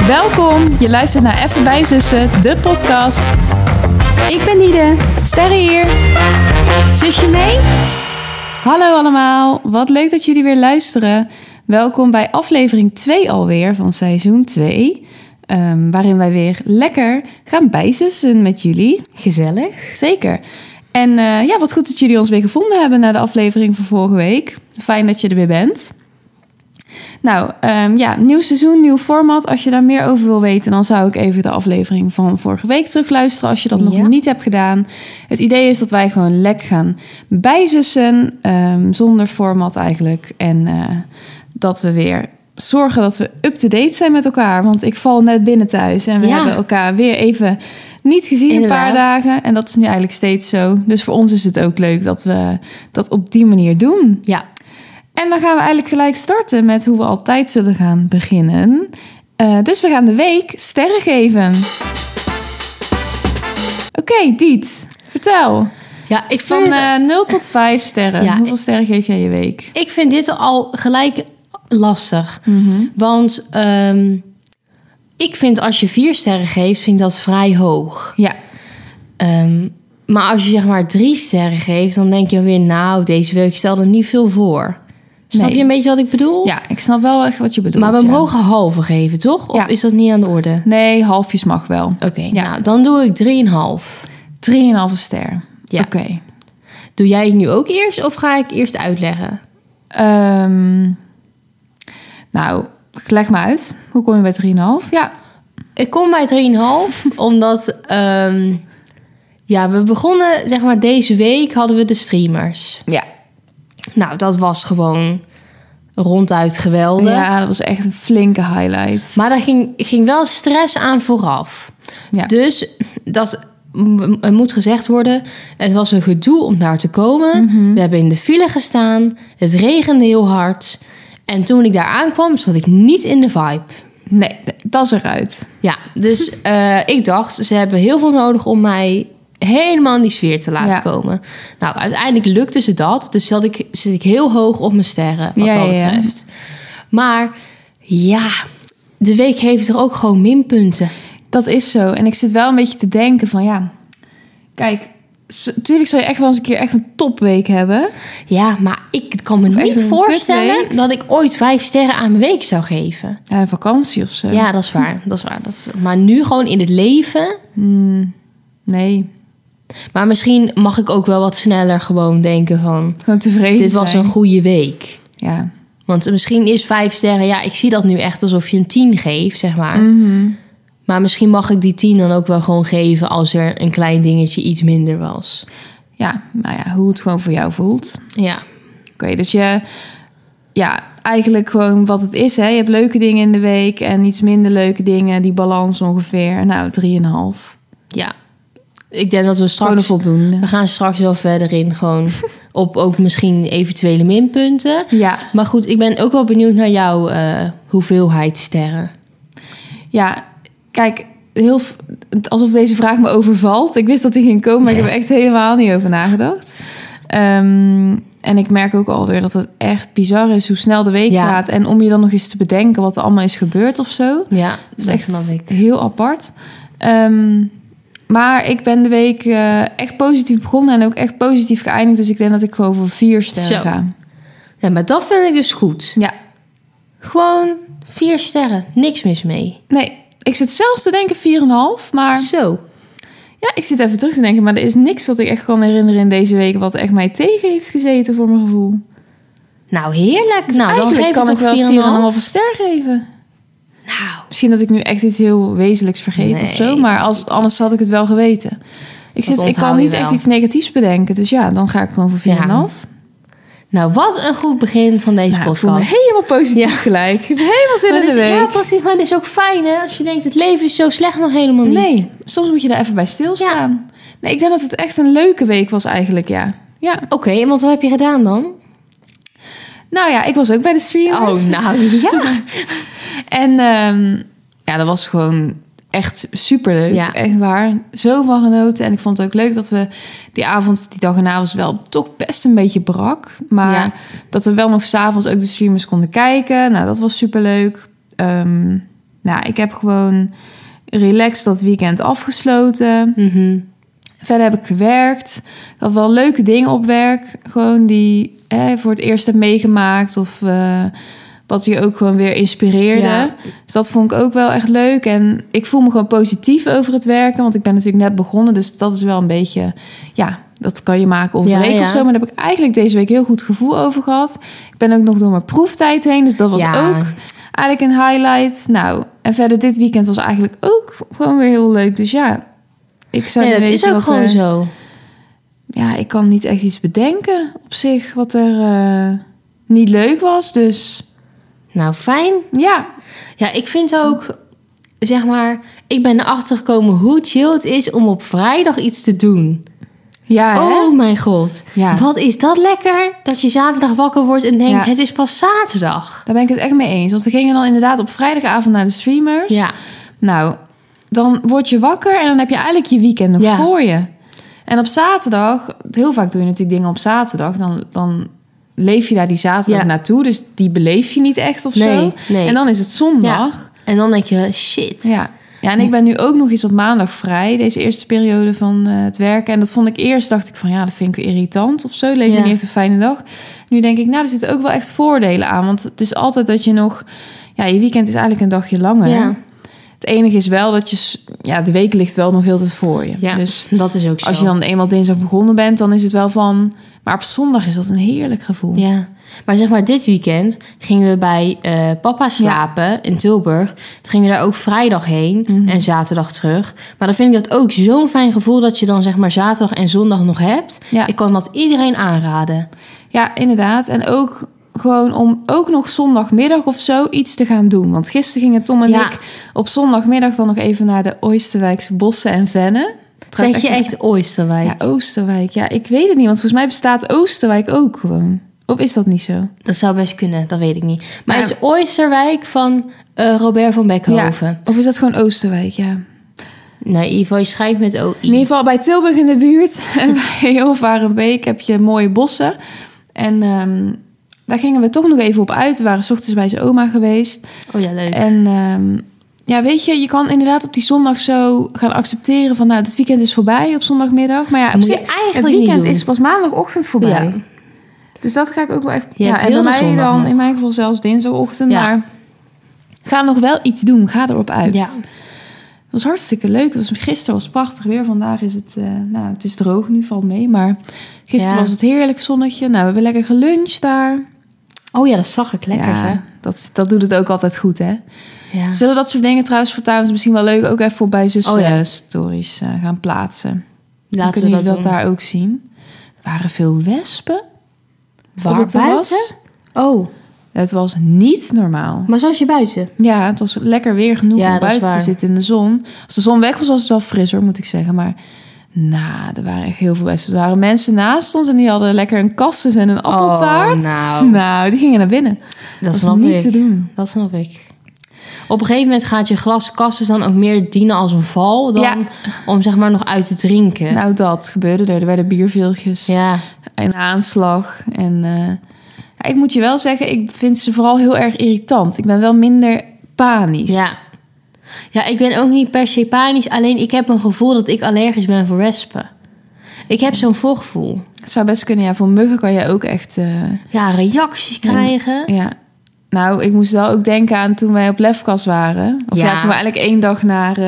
Welkom, je luistert naar Even bij Zussen, de podcast. Ik ben Nide. Sterre hier. Zusje mee? Hallo allemaal, wat leuk dat jullie weer luisteren. Welkom bij aflevering 2 alweer van seizoen 2. Waarin wij weer lekker gaan bijzussen met jullie. Gezellig. Zeker. En wat goed dat jullie ons weer gevonden hebben na de aflevering van vorige week. Fijn dat je er weer bent. Nou, nieuw seizoen, nieuw format. Als je daar meer over wil weten, dan zou ik even de aflevering van vorige week terugluisteren als je dat nog niet hebt gedaan. Het idee is dat wij gewoon lekker gaan bijzussen, zonder format eigenlijk. En dat we weer zorgen dat we up-to-date zijn met elkaar. Want ik val net binnen thuis en we hebben elkaar weer even niet gezien een paar dagen. En dat is nu eigenlijk steeds zo. Dus voor ons is het ook leuk dat we dat op die manier doen. Ja. En dan gaan we eigenlijk gelijk starten met hoe we altijd zullen gaan beginnen. Dus we gaan de week sterren geven. Oké, Diet, vertel. Ja, ik vind van 0 tot 5 sterren. Ja, hoeveel sterren geef jij je week? Ik vind dit al gelijk lastig. Mm-hmm. Want ik vind als je 4 sterren geeft, vind ik dat vrij hoog. Ja. Maar als je zeg maar 3 sterren geeft, dan denk je alweer, nou, deze week stelde niet veel voor. Snap je een beetje wat ik bedoel? Ja, ik snap wel echt wat je bedoelt. Maar we mogen halve geven, toch? Of is dat niet aan de orde? Nee, halfjes mag wel. Oké, nou, dan doe ik 3,5. 3,5 ster. Ja. Oké. Doe jij het nu ook eerst of ga ik eerst uitleggen? Nou, leg maar uit. Hoe kom je bij 3,5? Ja. Ik kom bij 3,5 omdat... we begonnen, zeg maar, deze week hadden we de streamers. Ja. Nou, dat was gewoon ronduit geweldig. Ja, dat was echt een flinke highlight. Maar daar ging wel stress aan vooraf. Ja. Dus dat moet gezegd worden. Het was een gedoe om daar te komen. Mm-hmm. We hebben in de file gestaan. Het regende heel hard. En toen ik daar aankwam, zat ik niet in de vibe. Nee, dat is eruit. Ja, dus ik dacht, ze hebben heel veel nodig om mij helemaal in die sfeer te laten komen. Nou, uiteindelijk lukte ze dat. Dus zit ik heel hoog op mijn sterren, wat dat betreft. Ja. Maar ja, de week heeft er ook gewoon minpunten. Dat is zo. En ik zit wel een beetje te denken van kijk, natuurlijk zou je echt wel eens een keer echt een topweek hebben. Ja, maar ik kan me niet voorstellen dat ik ooit 5 sterren aan mijn week zou geven. Ja, een vakantie of zo. Ja, dat is waar. Maar nu gewoon in het leven? Nee. Maar misschien mag ik ook wel wat sneller gewoon denken van... Gewoon tevreden dit was een goede week. Ja. Want misschien is 5 sterren... Ja, ik zie dat nu echt alsof je een 10 geeft, zeg maar. Mm-hmm. Maar misschien mag ik die 10 dan ook wel gewoon geven... als er een klein dingetje iets minder was. Ja, nou ja, hoe het gewoon voor jou voelt. Ja. Oké, dus eigenlijk gewoon wat het is. Hè? Je hebt leuke dingen in de week en iets minder leuke dingen. Die balans ongeveer. Nou, 3,5. Ja. Ik denk dat we straks... voldoende. We gaan straks wel verder in. Gewoon op ook misschien eventuele minpunten. Ja. Maar goed, ik ben ook wel benieuwd naar jouw hoeveelheid sterren. Ja, kijk, alsof deze vraag me overvalt. Ik wist dat die ging komen, maar ik heb er echt helemaal niet over nagedacht. En ik merk ook alweer dat het echt bizar is hoe snel de week gaat. En om je dan nog eens te bedenken wat er allemaal is gebeurd of zo. Ja, dat is echt heel apart. Maar ik ben de week echt positief begonnen en ook echt positief geëindigd. Dus ik denk dat ik gewoon voor 4 sterren ga. Ja, maar dat vind ik dus goed. Ja. Gewoon 4 sterren. Niks mis mee. Nee, ik zit zelfs te denken 4,5. Maar zo. Ja, ik zit even terug te denken. Maar er is niks wat ik echt kan herinneren in deze week... wat echt mij tegen heeft gezeten voor mijn gevoel. Nou, heerlijk. Dus nou, dan geef kan ik wel 4,5 ster geven. Nou. Misschien dat ik nu echt iets heel wezenlijks vergeet of zo. Maar anders had ik het wel geweten. Ik kan niet echt iets negatiefs bedenken. Dus ja, dan ga ik gewoon voor 4,5. Ja. Nou, wat een goed begin van deze podcast. Ik voel me helemaal positief gelijk. Ik heb helemaal zin in de week. Ja, precies. Maar het is ook fijn, hè? Als je denkt, het leven is zo slecht nog helemaal niet. Nee, soms moet je daar even bij stilstaan. Ja. Nee, ik denk dat het echt een leuke week was eigenlijk, ja. Oké, want wat heb je gedaan dan? Nou ja, ik was ook bij de streamers. Oh, nou ja. En dat was gewoon echt superleuk. Ja. Echt waar. Zo van genoten. En ik vond het ook leuk dat we die dag erna was wel toch best een beetje brak. Maar dat we wel nog 's avonds ook de streamers konden kijken. Nou, dat was superleuk. Nou, ik heb gewoon relaxed dat weekend afgesloten. Verder heb ik gewerkt. Ik had wel leuke dingen op werk. Gewoon die voor het eerst heb meegemaakt. Of wat je ook gewoon weer inspireerde. Ja. Dus dat vond ik ook wel echt leuk. En ik voel me gewoon positief over het werken. Want ik ben natuurlijk net begonnen. Dus dat is wel een beetje... Ja, dat kan je maken of een week of zo. Maar daar heb ik eigenlijk deze week heel goed gevoel over gehad. Ik ben ook nog door mijn proeftijd heen. Dus dat was ook eigenlijk een highlight. Nou, en verder dit weekend was eigenlijk ook gewoon weer heel leuk. Dus ja, ik zou dat is ook gewoon zo. Ja, ik kan niet echt iets bedenken op zich wat er niet leuk was. Dus... Nou, fijn. Ja. Ja, ik vind ook, zeg maar... Ik ben erachter gekomen hoe chill het is om op vrijdag iets te doen. Ja, hè? Oh mijn god. Ja. Wat is dat lekker? Dat je zaterdag wakker wordt en denkt, het is pas zaterdag. Daar ben ik het echt mee eens. Want we gingen dan inderdaad op vrijdagavond naar de streamers. Ja. Nou, dan word je wakker en dan heb je eigenlijk je weekend nog voor je. En op zaterdag, heel vaak doe je natuurlijk dingen op zaterdag. Dan leef je daar die zaterdag naartoe. Dus die beleef je niet echt of zo. Nee. En dan is het zondag. Ja. En dan denk je, shit. Ja, en ik ben nu ook nog eens op maandag vrij. Deze eerste periode van het werken. En dat vond ik eerst, dacht ik van dat vind ik irritant of zo. Het leek me niet echt een fijne dag. Nu denk ik, er zitten ook wel echt voordelen aan. Want het is altijd dat je nog... Ja, je weekend is eigenlijk een dagje langer. Ja. Het enige is wel dat je... Ja, de week ligt wel nog heel tijd voor je. Ja, dus dat is ook zo. Als je dan eenmaal dinsdag begonnen bent, dan is het wel van... Maar op zondag is dat een heerlijk gevoel. Ja, maar zeg maar dit weekend gingen we bij papa slapen in Tilburg. Toen gingen we daar ook vrijdag heen en zaterdag terug. Maar dan vind ik dat ook zo'n fijn gevoel dat je dan zeg maar zaterdag en zondag nog hebt. Ja. Ik kan dat iedereen aanraden. Ja, inderdaad. En ook... Gewoon om ook nog zondagmiddag of zo iets te gaan doen. Want gisteren gingen Tom en ik op zondagmiddag dan nog even naar de Oosterwijkse bossen en vennen. Zeg je echt Oosterwijk? Ja, Oosterwijk. Ja, ik weet het niet. Want volgens mij bestaat Oosterwijk ook gewoon. Of is dat niet zo? Dat zou best kunnen, dat weet ik niet. Maar is Oosterwijk van Robert van Beckhoven? Ja. Of is dat gewoon Oosterwijk, ja. Nee, in ieder geval, je schrijft met OI. In ieder geval bij Tilburg in de buurt. En bij Hilvarenbeek heb je mooie bossen. En... daar gingen we toch nog even op uit. We waren 's ochtends bij zijn oma geweest. Oh ja, leuk. En weet je kan inderdaad op die zondag zo gaan accepteren van... dit weekend is voorbij op zondagmiddag. Maar ja, op zich, het weekend is pas maandagochtend voorbij. Ja. Dus dat ga ik ook wel echt... Ja, en bij mij dan in mijn geval zelfs dinsdagochtend. Ja. Maar ga nog wel iets doen. Ga erop uit. Ja. Dat was hartstikke leuk. Gisteren was prachtig weer. Vandaag is het... het is droog nu, valt mee. Maar gisteren was het heerlijk zonnetje. Nou, we hebben lekker geluncht daar. Oh ja, dat zag ik lekker, hè? Dat doet het ook altijd goed, hè? Ja. Zullen dat soort dingen trouwens voortaan... is misschien wel leuk ook even voor bij stories gaan plaatsen. Dan kunnen jullie dat daar ook zien. Er waren veel wespen. Waar buiten? Oh. Het was niet normaal. Maar zoals je buiten? Ja, het was lekker weer genoeg om buiten te zitten in de zon. Als de zon weg was het wel frisser, moet ik zeggen. Maar er waren echt heel veel wespen. Er waren mensen naast ons en die hadden lekker een kastus en een appeltaart. Nou, die gingen naar binnen. Dat snap ik. Niet te doen. Dat snap ik. Op een gegeven moment gaat je glas kastus dan ook meer dienen als een val... dan om zeg maar nog uit te drinken. Nou, dat gebeurde er. Er werden bierveeltjes en aanslag. En ik moet je wel zeggen, ik vind ze vooral heel erg irritant. Ik ben wel minder panisch. Ja, ik ben ook niet per se panisch. Alleen ik heb een gevoel dat ik allergisch ben voor wespen. Ik heb zo'n voorgevoel. Het zou best kunnen. Ja, voor muggen kan je ook echt... reacties krijgen. Ja. Nou, ik moest wel ook denken aan toen wij op Lefkas waren. Of toen we eigenlijk 1 dag naar...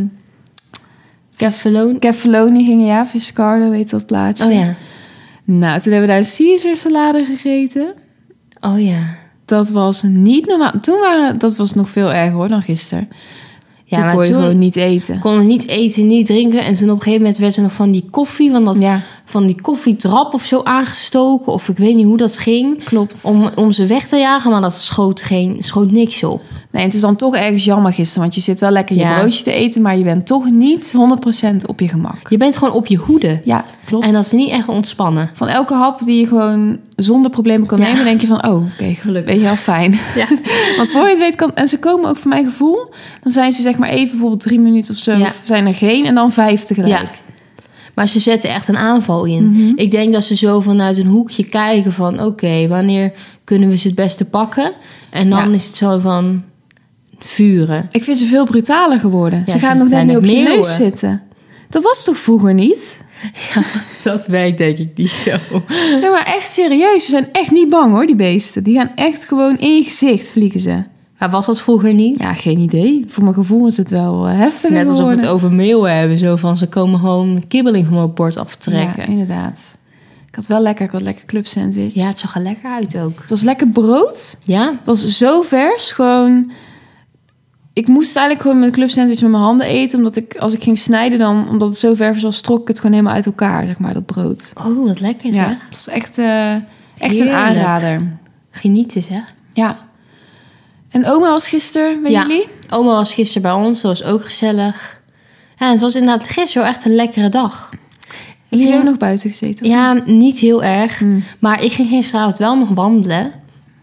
Keffeloni gingen, Viscardo, weet dat plaatsje. Oh ja. Nou, toen hebben we daar Caesar salade gegeten. Oh ja. Dat was niet normaal. Dat was nog veel erger hoor dan gisteren. Ja, toen kon je gewoon niet eten. Konden niet eten, niet drinken. En toen op een gegeven moment werd er nog van die koffie... van die koffietrap of zo aangestoken. Of ik weet niet hoe dat ging. Klopt. Om ze weg te jagen, maar dat schoot niks op. Nee, het is dan toch ergens jammer gisteren. Want je zit wel lekker je broodje te eten... maar je bent toch niet 100% op je gemak. Je bent gewoon op je hoede. Ja, klopt. En dat is niet echt ontspannen. Van elke hap die je gewoon zonder problemen kan nemen... denk je van, oké, gelukkig. Weet je wel, fijn. Ja. Want voor je het weet kan... En ze komen ook voor mijn gevoel... dan zijn ze zeg maar even bijvoorbeeld 3 minuten of zo... of zijn er geen en dan 5 tegelijk. Ja. Maar ze zetten echt een aanval in. Mm-hmm. Ik denk dat ze zo vanuit een hoekje kijken van... oké, wanneer kunnen we ze het beste pakken? En dan is het zo van... vuren. Ik vind ze veel brutaler geworden. Ja, ze gaan ze nog net zijn niet op je meeuwen. neus zitten. Dat was toch vroeger niet? Ja, dat werkt denk ik niet zo. Nee, maar echt serieus. Ze zijn echt niet bang hoor, die beesten. Die gaan echt gewoon in je gezicht vliegen ze. Maar was dat vroeger niet? Ja, geen idee. Voor mijn gevoel is het wel heftig. Net alsof we geworden. het over meeuwen hebben. Zo van, ze komen gewoon kibbeling van mijn bord af te trekken. Ja, inderdaad. Ik had lekker club sandwich. Ja, het zag er lekker uit ook. Het was lekker brood. Ja? Het was zo vers. Gewoon... Ik moest eigenlijk gewoon mijn club sandwich met mijn handen eten. Omdat als ik ging snijden dan... Omdat het zo vers was, trok ik het gewoon helemaal uit elkaar. Zeg maar, dat brood. Oh, wat lekker zeg. Ja, het was echt een Heerlijk. aanrader. Genieten zeg. Ja. En oma was gisteren bij jullie? Oma was gisteren bij ons. Dat was ook gezellig. Ja, het was inderdaad gisteren wel echt een lekkere dag. Heb jullie ook nog buiten gezeten? Of? Ja, niet heel erg. Maar ik ging gisteravond wel nog wandelen.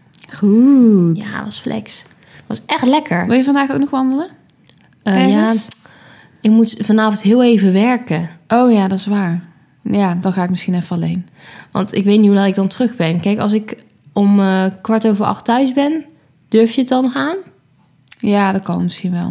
Goed. Ja, was flex. Was echt lekker. Wil je vandaag ook nog wandelen? Ja, Ergens? ik moet vanavond heel even werken. Oh ja, dat is waar. Ja, dan ga ik misschien even alleen. Want ik weet niet hoe laat ik dan terug ben. Kijk, als ik om 7:15 thuis ben, durf je het dan nog aan? Ja, dat kan misschien wel.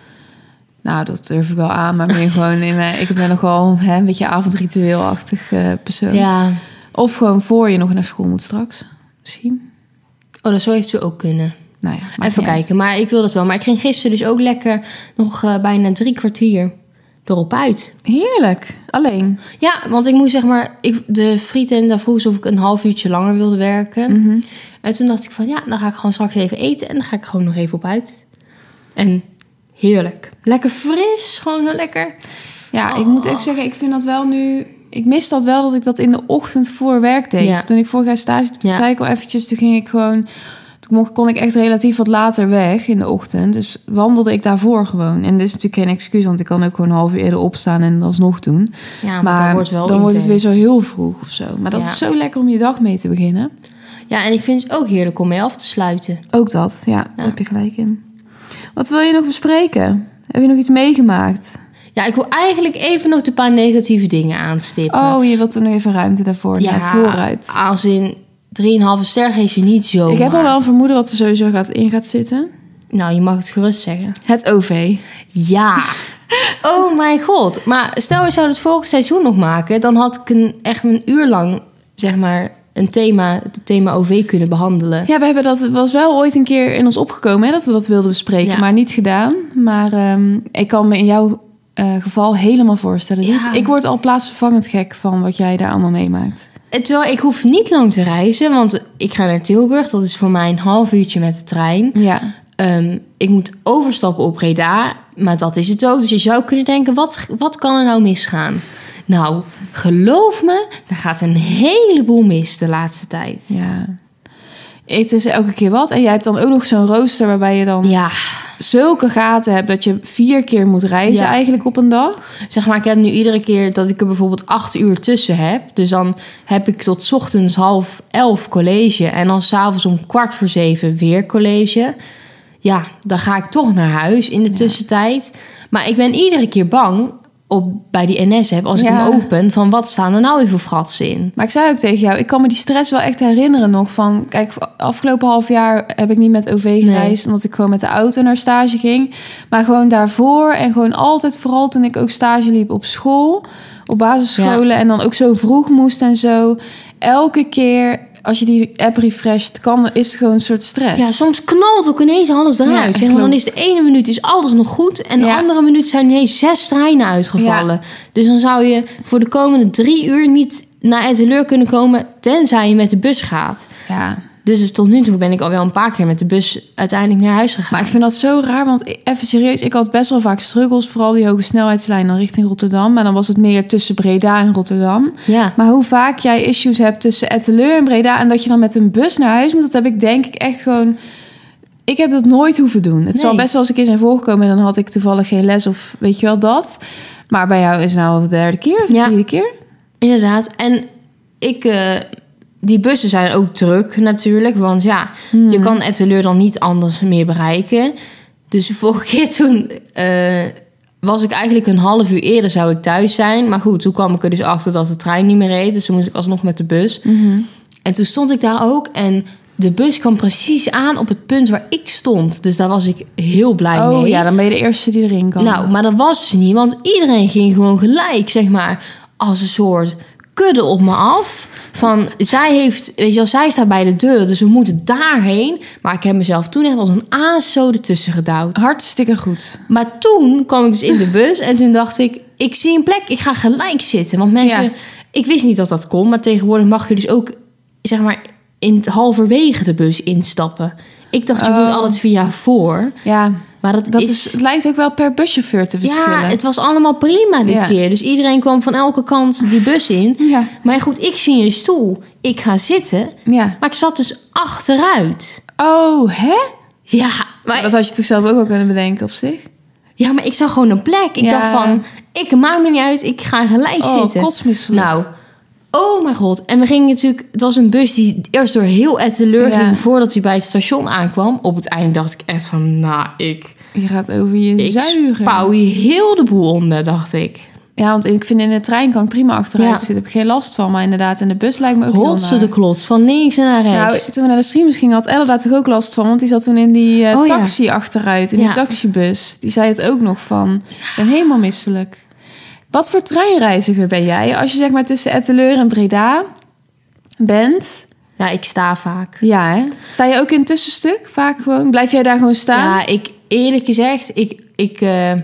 Nou, dat durf ik wel aan. Maar meer gewoon ik ben nogal een beetje avondritueelachtig persoon. Ja. Of gewoon voor je nog naar school moet straks. Misschien. Oh, dat zou eventueel ook kunnen. Nou ja, maakt Even niet uit. kijken, maar ik wil dat wel. Maar ik ging gisteren dus ook lekker nog bijna 3 kwartier erop uit. Heerlijk. Alleen. Ja, want ik moest zeg maar... de frieten, daar vroeg ze of ik een half uurtje langer wilde werken. Mhm. En toen dacht ik van ja, dan ga ik gewoon straks even eten. En dan ga ik gewoon nog even op uit. En heerlijk. Lekker fris, gewoon zo lekker. Ja, ik moet ook zeggen, ik vind dat wel nu... Ik mis dat wel dat ik dat in de ochtend voor werk deed. Ja. Toen ik vorig jaar stage deed, zei ik al eventjes... Toen ging ik gewoon... Toen kon ik echt relatief wat later weg in de ochtend. Dus wandelde ik daarvoor gewoon. En dit is natuurlijk geen excuus, want ik kan ook gewoon een half uur eerder opstaan en alsnog doen. Ja, maar dan wordt het weer zo heel vroeg of zo. Maar dat is zo lekker om je dag mee te beginnen. Ja, en ik vind het ook heerlijk om mee af te sluiten. Ook dat, ja, daar heb je gelijk in. Wat wil je nog bespreken? Heb je nog iets meegemaakt? Ja, ik wil eigenlijk even nog de paar negatieve dingen aanstippen. Oh, je wilt er nog even ruimte daarvoor, naar vooruit. Als in 3,5 ster geef je niet zo. Ik heb al wel een vermoeden wat er sowieso gaat zitten. Nou, je mag het gerust zeggen. Het OV. Ja. Oh mijn god. Maar stel je zou het volgend seizoen nog maken... dan had ik echt een uur lang, zeg maar... het thema OV kunnen behandelen. Ja, we hebben dat was wel ooit een keer in ons opgekomen... Hè, dat we dat wilden bespreken, maar niet gedaan. Maar ik kan me in jouw geval helemaal voorstellen. Ja. Ik word al plaatsvervangend gek van wat jij daar allemaal meemaakt. Terwijl ik hoef niet lang te reizen... want ik ga naar Tilburg. Dat is voor mij een half uurtje met de trein. Ja. Ik moet overstappen op Breda, maar dat is het ook. Dus je zou kunnen denken, wat kan er nou misgaan? Nou, geloof me, er gaat een heleboel mis de laatste tijd. Ja. Het is elke keer wat. En jij hebt dan ook nog zo'n rooster waarbij je dan zulke gaten hebt... dat je 4 keer moet reizen eigenlijk op een dag. Zeg maar, ik heb nu iedere keer dat ik er bijvoorbeeld 8 uur tussen heb. Dus dan heb ik tot 's ochtends 10:30 college. En dan 's avonds om 6:45 weer college. Ja, dan ga ik toch naar huis in de tussentijd. Maar ik ben iedere keer bang... bij die NS-app, als ik hem open... van wat staan er nou weer voor fratsen in? Maar ik zei ook tegen jou, ik kan me die stress wel echt herinneren nog van... Kijk, afgelopen half jaar heb ik niet met OV gereisd... omdat ik gewoon met de auto naar stage ging. Maar gewoon daarvoor en gewoon altijd... vooral toen ik ook stage liep op school, op basisscholen... en dan ook zo vroeg moest en zo. Elke keer... Als je die app refresht, is het gewoon een soort stress. Ja, soms knalt ook ineens alles eruit. Ja, want dan is de ene minuut is alles nog goed... en de andere minuut zijn ineens 6 treinen uitgevallen. Ja. Dus dan zou je voor de komende 3 uur niet naar Etteleur kunnen komen... tenzij je met de bus gaat. Ja. Dus tot nu toe ben ik al wel een paar keer met de bus uiteindelijk naar huis gegaan. Maar ik vind dat zo raar, want even serieus... ik had best wel vaak struggles, vooral die hoge snelheidslijn dan richting Rotterdam. Maar dan was het meer tussen Breda en Rotterdam. Ja. Maar hoe vaak jij issues hebt tussen Etteleur en Breda... en dat je dan met een bus naar huis moet, dat heb ik denk ik echt gewoon... Ik heb dat nooit hoeven doen. Het zal best wel eens een keer zijn voorgekomen... en dan had ik toevallig geen les of weet je wel dat. Maar bij jou is het nou al de 3e keer of de 4e keer? Inderdaad. En die bussen zijn ook druk natuurlijk. Want je kan Etteleur dan niet anders meer bereiken. Dus de vorige keer toen was ik eigenlijk een half uur eerder zou ik thuis zijn. Maar goed, toen kwam ik er dus achter dat de trein niet meer reed. Dus toen moest ik alsnog met de bus. En toen stond ik daar ook. En de bus kwam precies aan op het punt waar ik stond. Dus daar was ik heel blij mee. Oh ja, dan ben je de eerste die erin kan. Nou, maar dat was ze niet. Want iedereen ging gewoon gelijk, zeg maar, als een soort kudde op me af. Van, zij staat bij de deur, dus we moeten daarheen. Maar ik heb mezelf toen echt als een aso ertussen gedouwd. Hartstikke goed. Maar toen kwam ik dus in de bus en toen dacht ik zie een plek, ik ga gelijk zitten. Want mensen, ik wist niet dat dat kon, maar tegenwoordig mag je dus ook, zeg maar, in het halverwege de bus instappen. Ik dacht, je moet altijd via voor. Ja, maar het lijkt ook wel per buschauffeur te verschillen. Ja, het was allemaal prima dit keer. Dus iedereen kwam van elke kant die bus in. Ja. Maar goed, ik zie een stoel. Ik ga zitten. Ja. Maar ik zat dus achteruit. Oh, hè? Ja. Maar dat had je toch zelf ook wel kunnen bedenken op zich? Ja, maar ik zag gewoon een plek. Ik dacht van, ik maak me niet uit. Ik ga gelijk zitten. Kotsmisselijk. Nou, oh mijn god. En we gingen natuurlijk... Het was een bus die eerst door heel Etteleur ging voordat hij bij het station aankwam. Op het einde dacht ik echt van, je gaat over je zuigen. Ik spouw hier heel de boel onder, dacht ik. Ja, want ik vind in de trein kan ik prima achteruit zitten. Heb ik geen last van. Maar inderdaad, in de bus lijkt me ook heel Hotse de klots, van links en naar rechts. Nou, toen we naar de streamers gingen, had Ella daar toch ook last van. Want die zat toen in die taxi achteruit. In die taxibus. Die zei het ook nog van. Ik ben helemaal misselijk. Wat voor treinreiziger ben jij? Als je zeg maar tussen Etteleur en Breda bent... Ja, ik sta vaak. Ja, hè? Sta je ook in het tussenstuk vaak gewoon? Blijf jij daar gewoon staan? Ja, eerlijk gezegd, ik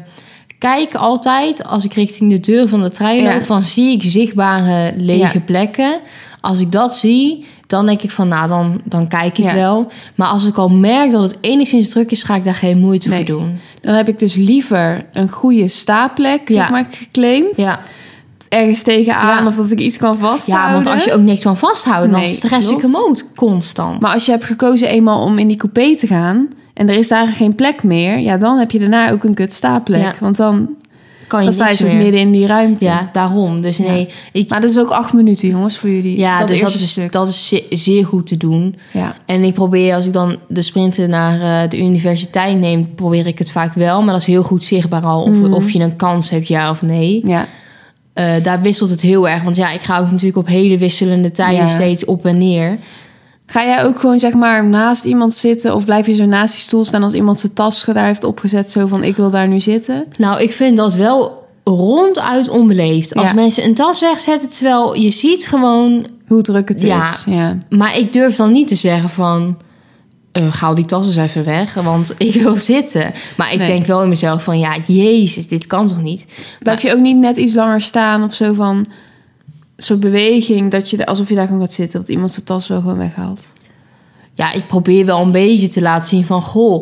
kijk altijd als ik richting de deur van de trein loop, van zie ik zichtbare lege plekken. Als ik dat zie, dan denk ik van, dan kijk ik wel. Maar als ik al merk dat het enigszins druk is, ga ik daar geen moeite voor doen. Dan heb ik dus liever een goede staplek geclaimd. Ja. Ergens tegenaan of dat ik iets kan vasthouden. Ja, want als je ook niks kan vasthouden, dan stress ik hem ook constant. Maar als je hebt gekozen eenmaal om in die coupé te gaan en er is daar geen plek meer, ja, dan heb je daarna ook een kut staplek. Ja. Want dan sta je zo midden in die ruimte. Ja, daarom. Dus nee. Maar dat is ook 8 minuten, jongens, voor jullie. Ja, dat is zeer goed te doen. Ja. En ik probeer, als ik dan de sprinter naar de universiteit neem, probeer ik het vaak wel. Maar dat is heel goed zichtbaar al of je een kans hebt, ja of nee. Ja. Daar wisselt het heel erg. Want ja, ik ga ook natuurlijk op hele wisselende tijden steeds op en neer. Ga jij ook gewoon zeg maar naast iemand zitten of blijf je zo naast die stoel staan als iemand zijn tas daar heeft opgezet, zo van ik wil daar nu zitten? Nou, ik vind dat wel ronduit onbeleefd. Als mensen een tas wegzetten, terwijl je ziet gewoon hoe druk het is. Ja. Maar ik durf dan niet te zeggen van ga al die tassen eens even weg, want ik wil zitten. Maar ik denk wel in mezelf van ja, jezus, dit kan toch niet? Blijf je ook niet net iets langer staan of zo van zo'n beweging dat je alsof je daar gewoon gaat zitten, dat iemand zijn tas wel gewoon weghaalt? Ja, ik probeer wel een beetje te laten zien van goh,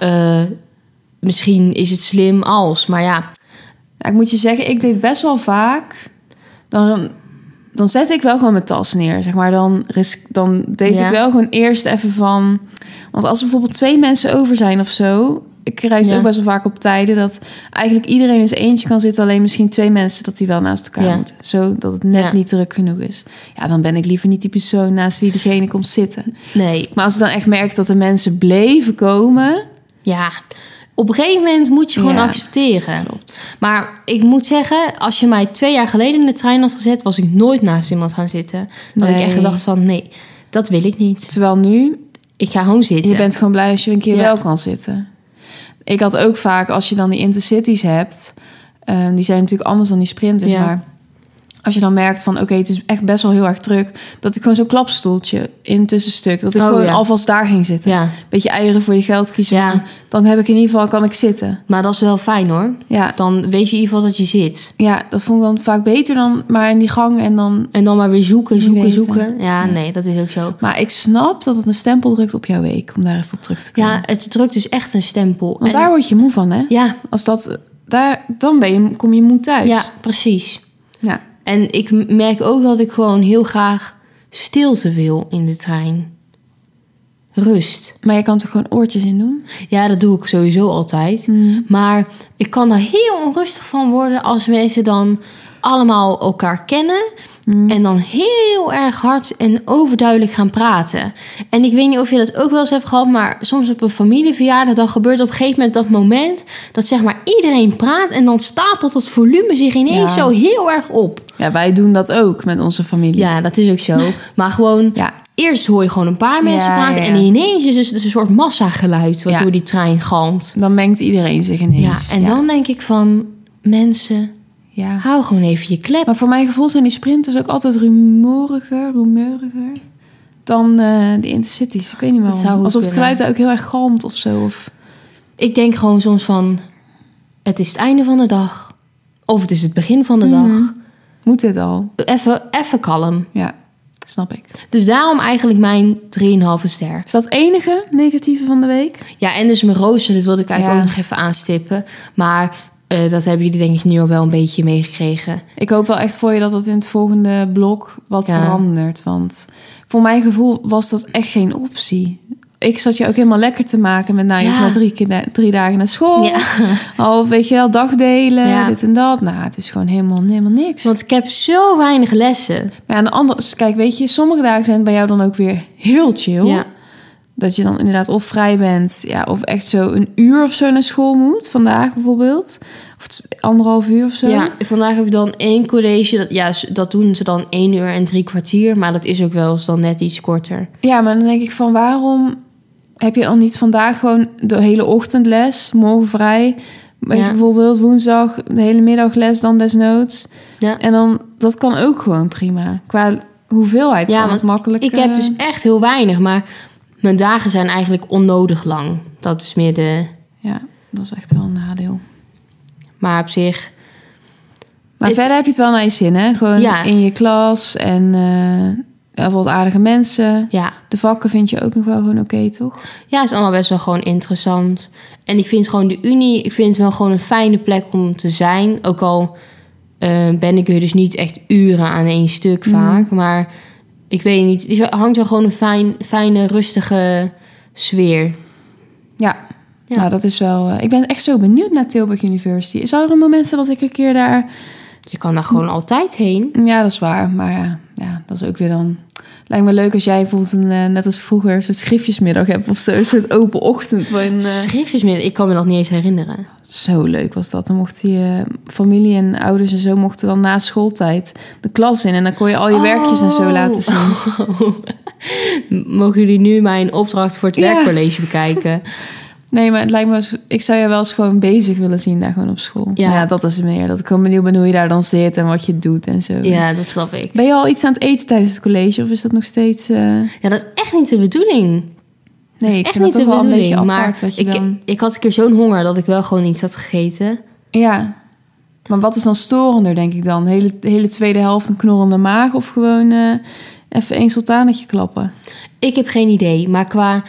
misschien is het slim als, maar ja. Ik moet je zeggen, ik deed best wel vaak. Dan zet ik wel gewoon mijn tas neer, zeg maar. Dan deed ik wel gewoon eerst even van. Want als er bijvoorbeeld 2 mensen over zijn of zo. Ik reis ook best wel vaak op tijden dat eigenlijk iedereen in zijn eentje kan zitten. Alleen misschien 2 mensen dat die wel naast elkaar moeten. Zodat het net niet druk genoeg is. Ja, dan ben ik liever niet die persoon naast wie degene komt zitten. Nee. Maar als ik dan echt merk dat de mensen bleven komen. Ja, op een gegeven moment moet je gewoon accepteren. Klopt. Maar ik moet zeggen, als je mij 2 jaar geleden in de trein had gezet, was ik nooit naast iemand gaan zitten. Dat ik echt gedacht van, nee, dat wil ik niet. Terwijl nu, ik ga gewoon zitten. Je bent gewoon blij als je een keer wel kan zitten. Ik had ook vaak, als je dan die intercities hebt, die zijn natuurlijk anders dan die sprinters, maar als je dan merkt van oké, het is echt best wel heel erg druk, dat ik gewoon zo'n klapstoeltje in het tussenstuk, dat ik gewoon alvast daar ging zitten. Ja. Beetje eieren voor je geld kiezen. Ja. Dan heb ik in ieder geval, kan ik zitten. Maar dat is wel fijn hoor. Ja. Dan weet je in ieder geval dat je zit. Ja, dat vond ik dan vaak beter dan maar in die gang en dan maar weer zoeken. Ja, nee, dat is ook zo. Maar ik snap dat het een stempel drukt op jouw week, om daar even op terug te komen. Ja, het drukt dus echt een stempel. Want daar word je moe van, hè? Ja. Als dat, dan kom je moe thuis. Ja, precies. Ja. En ik merk ook dat ik gewoon heel graag stilte wil in de trein. Rust. Maar je kan toch gewoon oortjes in doen? Ja, dat doe ik sowieso altijd. Maar ik kan daar heel onrustig van worden als mensen dan allemaal elkaar kennen en dan heel erg hard en overduidelijk gaan praten. En ik weet niet of je dat ook wel eens hebt gehad, maar soms op een familieverjaardag dan gebeurt op een gegeven moment dat moment dat zeg maar iedereen praat en dan stapelt het volume zich ineens zo heel erg op. Ja, wij doen dat ook met onze familie. Ja, dat is ook zo. Maar gewoon eerst hoor je gewoon een paar mensen praten... en ineens is het dus een soort massageluid... waardoor die trein galmt. Dan mengt iedereen zich ineens. Ja, en dan denk ik van... mensen, hou gewoon even je klep. Maar voor mijn gevoel zijn die sprinters ook altijd rumoeriger dan de intercities. Ik weet niet waarom. Alsof het geluid ook heel erg galmt of zo. Of... Ik denk gewoon soms van... het is het einde van de dag. Of het is het begin van de dag. Moet dit al? Even kalm. Ja, snap ik. Dus daarom eigenlijk mijn 3,5 ster. Is dat het enige negatieve van de week? Ja, en dus mijn rooster, dat wilde ik eigenlijk ook nog even aanstippen. Maar dat hebben jullie denk ik nu al wel een beetje meegekregen. Ik hoop wel echt voor je dat dat in het volgende blok wat verandert. Want voor mijn gevoel was dat echt geen optie. Ik zat je ook helemaal lekker te maken met... je gaat 3 dagen naar school. Ja. Al, weet je wel, dagdelen, dit en dat. Nou, het is gewoon helemaal niks. Want ik heb zo weinig lessen. Maar aan de andere... Kijk, weet je, sommige dagen zijn bij jou dan ook weer heel chill. Ja. Dat je dan inderdaad of vrij bent... of echt zo een uur of zo naar school moet. Vandaag bijvoorbeeld. Of 1,5 uur of zo. Ja, vandaag heb je dan 1 college. Dat doen ze dan 1 uur en 3 kwartier. Maar dat is ook wel eens dan net iets korter. Ja, maar dan denk ik van waarom... heb je dan niet vandaag gewoon de hele ochtend les, morgen vrij? Bijvoorbeeld woensdag de hele middag les dan desnoods. Ja. En dan, dat kan ook gewoon prima. Qua hoeveelheid kan het makkelijk. Ik heb dus echt heel weinig, maar mijn dagen zijn eigenlijk onnodig lang. Dat is meer de... Ja, dat is echt wel een nadeel. Maar op zich... Maar verder heb je het wel naar je zin, hè? Gewoon in je klas en... wat aardige mensen. Ja. De vakken vind je ook nog wel gewoon oké, toch? Ja, het is allemaal best wel gewoon interessant. En ik vind gewoon de Unie... ik vind het wel gewoon een fijne plek om te zijn. Ook al ben ik er dus niet echt uren aan één stuk vaak. Maar ik weet niet. Het hangt wel gewoon een fijne, rustige sfeer. Ja. Nou, dat is wel... ik ben echt zo benieuwd naar Tilburg University. Zou er een moment zijn dat ik een keer daar... Je kan daar gewoon altijd heen. Ja, dat is waar. Maar ja, dat is ook weer dan... Lijkt me leuk als jij bijvoorbeeld net als vroeger... een soort schriftjesmiddag hebt of zo. Een soort open ochtend. Schriftjesmiddag? Ik kan me dat niet eens herinneren. Zo leuk was dat. Dan mochten je familie en ouders en zo... mochten dan na schooltijd de klas in. En dan kon je al je werkjes en zo laten zien. Mogen jullie nu mijn opdracht voor het werkcollege bekijken? Nee, maar het lijkt me... Ik zou je wel eens gewoon bezig willen zien daar gewoon op school. Ja, dat is meer. Dat ik gewoon benieuwd ben hoe je daar dan zit en wat je doet en zo. Ja, dat snap ik. Ben je al iets aan het eten tijdens het college? Of is dat nog steeds... Ja, dat is echt niet de bedoeling. Nee, ik vind het wel een beetje apart. Maar dat je ik had een keer zo'n honger dat ik wel gewoon iets had gegeten. Ja. Maar wat is dan storender, denk ik dan? Hele tweede helft een knorrende maag? Of gewoon even 1 sultanetje klappen? Ik heb geen idee. Maar qua...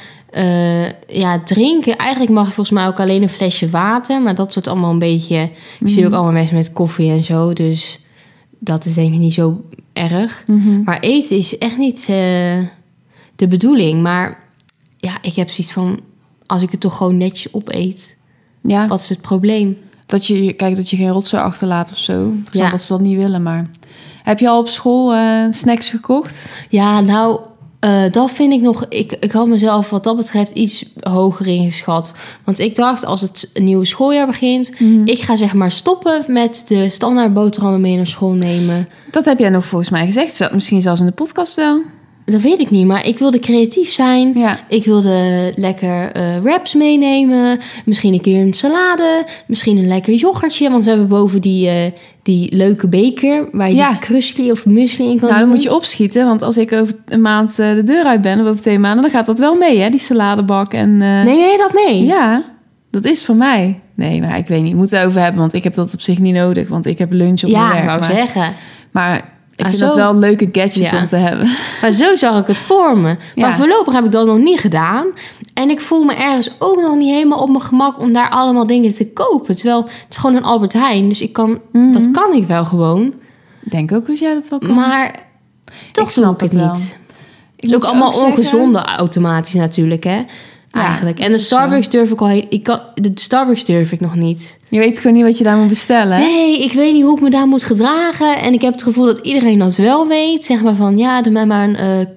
drinken. Eigenlijk mag je volgens mij ook alleen een flesje water. Maar dat soort allemaal een beetje... Ik zie ook allemaal mensen met koffie en zo. Dus dat is denk ik niet zo erg. Maar eten is echt niet de bedoeling. Maar ja, ik heb zoiets van... Als ik het toch gewoon netjes opeet... Ja. Wat is het probleem? Dat je geen rotzooi achterlaat of zo. Ik snap dat ze dat niet willen, maar... Heb je al op school snacks gekocht? Ja, nou... dat vind ik nog... Ik had mezelf wat dat betreft iets hoger ingeschat. Want ik dacht, als het nieuwe schooljaar begint... ik ga zeg maar stoppen met de standaard boterhammen mee naar school nemen. Dat heb jij nog volgens mij gezegd. Misschien zelfs in de podcast wel. Dat weet ik niet, maar ik wilde creatief zijn. Ja. Ik wilde lekker wraps meenemen. Misschien een keer een salade. Misschien een lekker yoghurtje. Want we hebben boven die leuke beker... waar je krusli of muesli in kan doen. Dan moet je opschieten. Want als ik over een maand de deur uit ben... of over 2 maanden, dan gaat dat wel mee, hè? Die saladebak. En, Neem jij dat mee? Ja, dat is van mij. Nee, maar ik weet niet. Ik moet het over hebben, want ik heb dat op zich niet nodig. Want ik heb lunch op mijn werk. Ja, ik wou zeggen. Maar... Ik vind dat wel een leuke gadget om te hebben. Maar zo zag ik het voor me. Maar voorlopig heb ik dat nog niet gedaan. En ik voel me ergens ook nog niet helemaal op mijn gemak... om daar allemaal dingen te kopen. Terwijl het is gewoon een Albert Heijn. Dus dat kan ik wel gewoon. Ik denk ook dat jij dat wel kan. Maar toch doe ik het niet. Het is ook allemaal ongezonde automatisch natuurlijk, hè? Eigenlijk. En de Starbucks durf ik al... De Starbucks durf ik nog niet. Je weet gewoon niet wat je daar moet bestellen. Nee, ik weet niet hoe ik me daar moet gedragen. En ik heb het gevoel dat iedereen dat wel weet. Zeg maar van, doe mij maar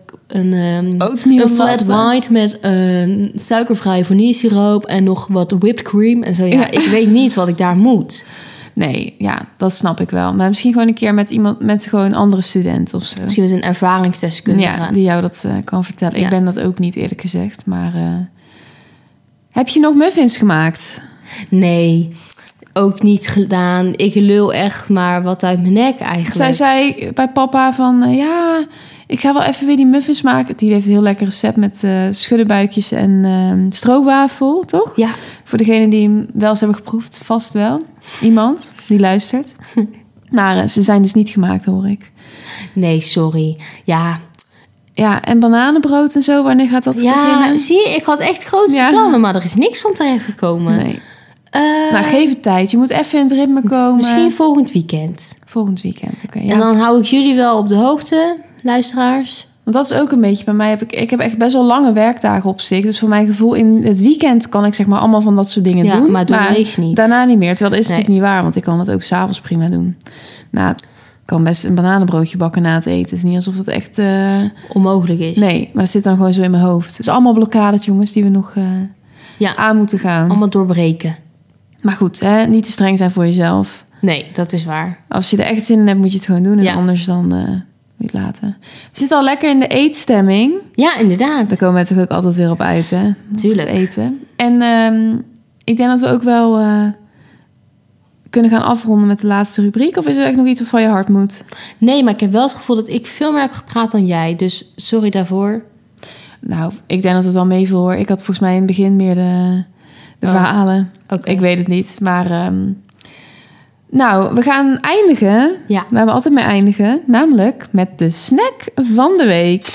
een flat white met suikervrije vanillesiroop en nog wat whipped cream en zo. Ja, ik weet niet wat ik daar moet. Nee, ja, dat snap ik wel. Maar misschien gewoon een keer met iemand, met gewoon andere studenten of zo. Misschien met een ervaringsdeskundige. Ja, die jou dat kan vertellen. Ja. Ik ben dat ook niet, eerlijk gezegd. Maar heb je nog muffins gemaakt? Nee, ook niet gedaan. Ik lul echt maar wat uit mijn nek eigenlijk. Zij zei bij papa van... ja, ik ga wel even weer die muffins maken. Die heeft een heel lekker recept met schuddenbuikjes en stroopwafel, toch? Ja. Voor degenen die hem wel eens hebben geproefd, vast wel. Iemand die luistert. Maar ze zijn dus niet gemaakt, hoor ik. Nee, sorry. Ja, en bananenbrood en zo, wanneer gaat dat beginnen? Zie je, ik had echt grootste plannen, maar er is niks van terecht gekomen. Nee. Nou, geef het tijd. Je moet even in het ritme komen. Misschien volgend weekend. Volgend weekend, oké. Ja. En dan hou ik jullie wel op de hoogte, luisteraars. Want dat is ook een beetje bij mij. Ik heb echt best wel lange werkdagen op zich. Dus voor mijn gevoel in het weekend kan ik zeg maar allemaal van dat soort dingen doen. Maar door de week niet. Daarna niet meer. Terwijl dat is natuurlijk niet waar. Want ik kan dat ook 's avonds prima doen. Nou, ik kan best een bananenbroodje bakken na het eten. Het is niet alsof dat echt... onmogelijk is. Nee, maar dat zit dan gewoon zo in mijn hoofd. Het is allemaal blokkades, jongens, die we nog aan moeten gaan. Allemaal doorbreken. Maar goed, hè, niet te streng zijn voor jezelf. Nee, dat is waar. Als je er echt zin in hebt, moet je het gewoon doen. En anders dan moet je het laten. We zitten al lekker in de eetstemming. Ja, inderdaad. Daar komen we natuurlijk ook altijd weer op uit, hè? Tuurlijk. Eten. En ik denk dat we ook wel kunnen gaan afronden met de laatste rubriek. Of is er echt nog iets wat van je hart moet? Nee, maar ik heb wel het gevoel dat ik veel meer heb gepraat dan jij. Dus sorry daarvoor. Nou, ik denk dat het wel meeviel, hoor. Ik had volgens mij in het begin meer de verhalen. Okay. Ik weet het niet, maar... Nou, we gaan eindigen. Ja. We hebben altijd mee eindigen. Namelijk met de snack van de week.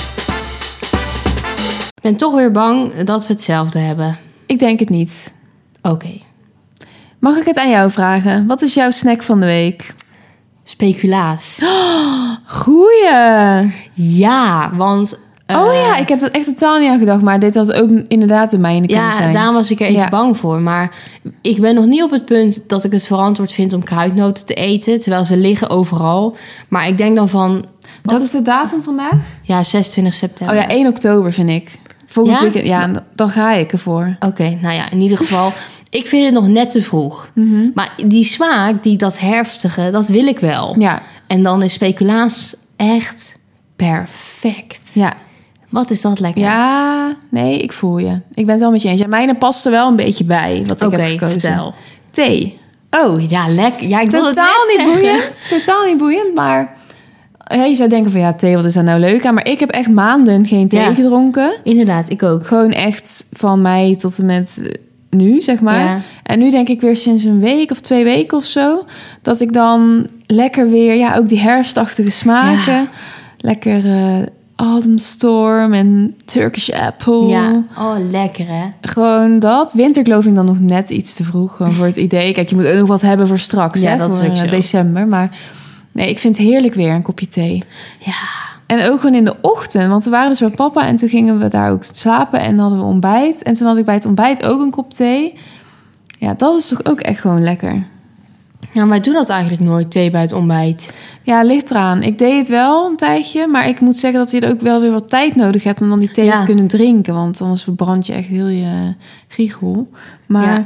Ik ben toch weer bang dat we hetzelfde hebben. Ik denk het niet. Oké. Mag ik het aan jou vragen? Wat is jouw snack van de week? Speculaas. Goeie! Ja, want... oh ja, ik heb dat echt totaal niet aan gedacht. Maar dit had ook inderdaad de mijne kunnen zijn. Ja, daar was ik er even bang voor. Maar ik ben nog niet op het punt dat ik het verantwoord vind om kruidnoten te eten. Terwijl ze liggen overal. Maar ik denk dan van... Wat is de datum vandaag? Ja, 26 september. Oh ja, 1 oktober vind ik. Volgend weekend. Ja, dan ga ik ervoor. Oké, nou ja, in ieder geval... Ik vind het nog net te vroeg. Mm-hmm. Maar die smaak, dat herfstige, dat wil ik wel. Ja. En dan is speculaas echt perfect. Ja. Wat is dat lekker? Ja, nee, ik voel je. Ik ben het wel met je eens. Ja, mijne past er wel een beetje bij, wat ik heb gekozen. Vertel. Thee. Oh, ja, lekker. Ja, ik wil het Totaal net niet zeggen. boeiend. Totaal niet boeiend, maar... je zou denken van, ja, thee, wat is daar nou leuk aan? Maar ik heb echt maanden geen thee gedronken. Inderdaad, ik ook. Gewoon echt van mei tot en met nu, zeg maar. Ja. En nu denk ik weer sinds een week of 2 weken of zo... dat ik dan lekker weer... Ja, ook die herfstachtige smaken. Ja. Lekker Autumn Storm en Turkish Apple. Ja, oh, lekker hè? Gewoon dat. Winterglow vind ik dan nog net iets te vroeg. Gewoon voor het idee. Kijk, je moet ook nog wat hebben voor straks. Ja, hè, dat voor is ook zo. december. Maar nee, ik vind het heerlijk weer, een kopje thee. Ja. En ook gewoon in de ochtend. Want we waren dus bij papa en toen gingen we daar ook slapen. En hadden we ontbijt. En toen had ik bij het ontbijt ook een kop thee. Ja, dat is toch ook echt gewoon lekker. Nou, wij doen dat eigenlijk nooit, thee bij het ontbijt. Ja, ligt eraan. Ik deed het wel een tijdje. Maar ik moet zeggen dat je er ook wel weer wat tijd nodig hebt... om dan die thee te kunnen drinken. Want anders verbrand je echt heel je giegel. Maar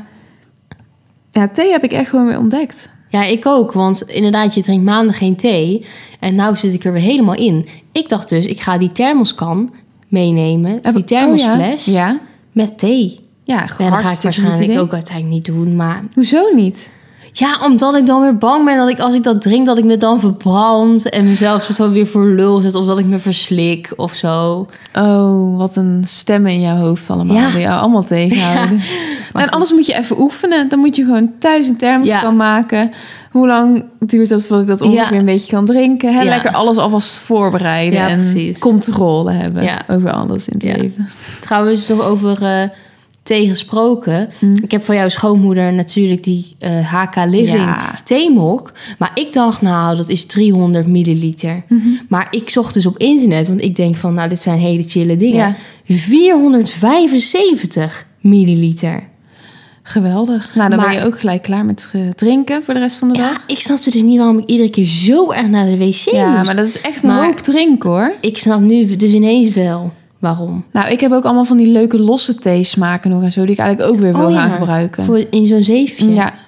ja, thee heb ik echt gewoon weer ontdekt. Ja, ik ook. Want inderdaad, je drinkt maanden geen thee. En nou zit ik er weer helemaal in. Ik dacht dus, ik ga die thermoskan meenemen. Of die thermosfles met thee. Ja, dat ga ik waarschijnlijk ook uiteindelijk niet doen. Maar... Hoezo niet? Ja, omdat ik dan weer bang ben dat ik, als ik dat drink, dat ik me dan verbrand en mezelf zo weer voor lul zet of dat ik me verslik of zo. Oh, wat een stemmen in jouw hoofd allemaal. Die jou allemaal tegenhouden. Ja. En anders moet je even oefenen. Dan moet je gewoon thuis een thermoskan maken. Hoe lang duurt dat voordat ik dat ongeveer een beetje kan drinken? Hè? Lekker alles alvast voorbereiden en controle hebben over alles in het leven. Trouwens, nog over... thee gesproken. Ik heb van jouw schoonmoeder natuurlijk die HK Living theemok. Maar ik dacht, nou, dat is 300 milliliter. Maar ik zocht dus op internet, want ik denk van, nou, dit zijn hele chille dingen. 475 milliliter. Geweldig. Nou, dan ben je ook gelijk klaar met drinken voor de rest van de dag. Ik snapte dus niet waarom ik iedere keer zo erg naar de wc moest. Ja, maar dat is echt een hoop drinken, hoor. Ik snap nu dus ineens wel waarom. Nou, ik heb ook allemaal van die leuke losse theesmaken nog en zo... die ik eigenlijk ook weer wil gaan gebruiken. In zo'n zeefje. Ja,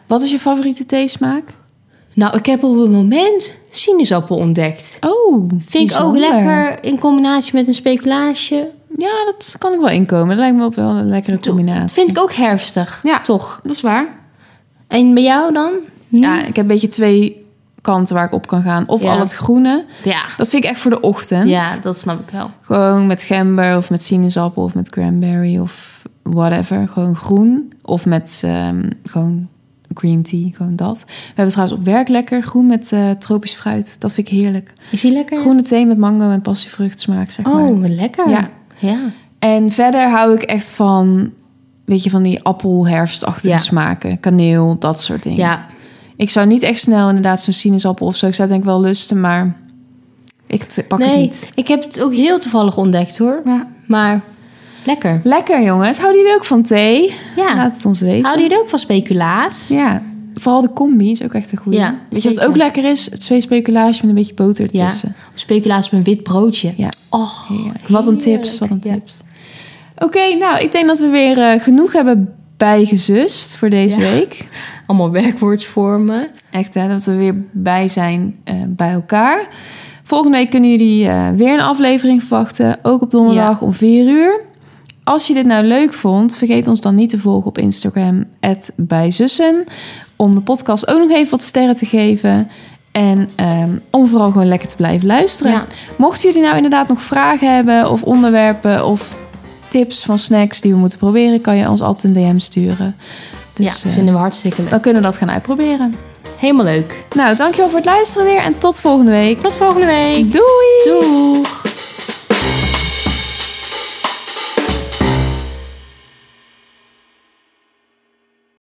Wat is je favoriete theesmaak? Nou, ik heb op het moment sinaasappel ontdekt. Oh, Vind ik ook lekker in combinatie met een speculaasje. Ja, dat kan ik wel inkomen. Dat lijkt me ook wel een lekkere combinatie. Vind ik ook herfstig. Ja, toch? Dat is waar. En bij jou dan? Ja, ik heb een beetje 2 kanten waar ik op kan gaan. Of al het groene. Ja. Dat vind ik echt voor de ochtend. Ja, dat snap ik wel. Gewoon met gember of met sinaasappel of met cranberry of whatever. Gewoon groen. Of met gewoon green tea, gewoon dat. We hebben trouwens op werk lekker groen met tropisch fruit. Dat vind ik heerlijk. Is die lekker? Groene thee met mango en passievrucht smaak, zeg maar. Oh, lekker. Ja. En verder hou ik echt van, weet je, van die appelherfstachtige smaken. Kaneel, dat soort dingen. Ja. Ik zou niet echt snel inderdaad zo'n sinaasappel of zo. Ik zou het denk ik wel lusten, maar ik pak het niet. Ik heb het ook heel toevallig ontdekt hoor. Ja. Maar lekker. Lekker jongens. Houden jullie ook van thee? Ja. Laat het ons weten. Houden jullie ook van speculaas? Ja. Vooral de combi is ook echt een goede. Ja, weet je wat ook lekker is? 2 speculaas met een beetje boter ertussen. Ja. Speculaas op een wit broodje. Ja. Oh, wat een tips. Wat een tips. Oké, nou, ik denk dat we weer genoeg hebben bijgezust voor deze week. Allemaal werkwoordsvormen. Echt, hè, dat we weer bij zijn bij elkaar. Volgende week kunnen jullie weer een aflevering verwachten. Ook op donderdag om 4:00. Als je dit nou leuk vond, vergeet ons dan niet te volgen op Instagram @bijzussen. Om de podcast ook nog even wat sterren te geven. En om vooral gewoon lekker te blijven luisteren. Ja. Mochten jullie nou inderdaad nog vragen hebben of onderwerpen of tips van snacks die we moeten proberen, kan je ons altijd een DM sturen. Dus, vinden we hartstikke leuk. Dan kunnen we dat gaan uitproberen. Helemaal leuk. Nou, dankjewel voor het luisteren weer en tot volgende week. Tot volgende week. Doei! Doeg!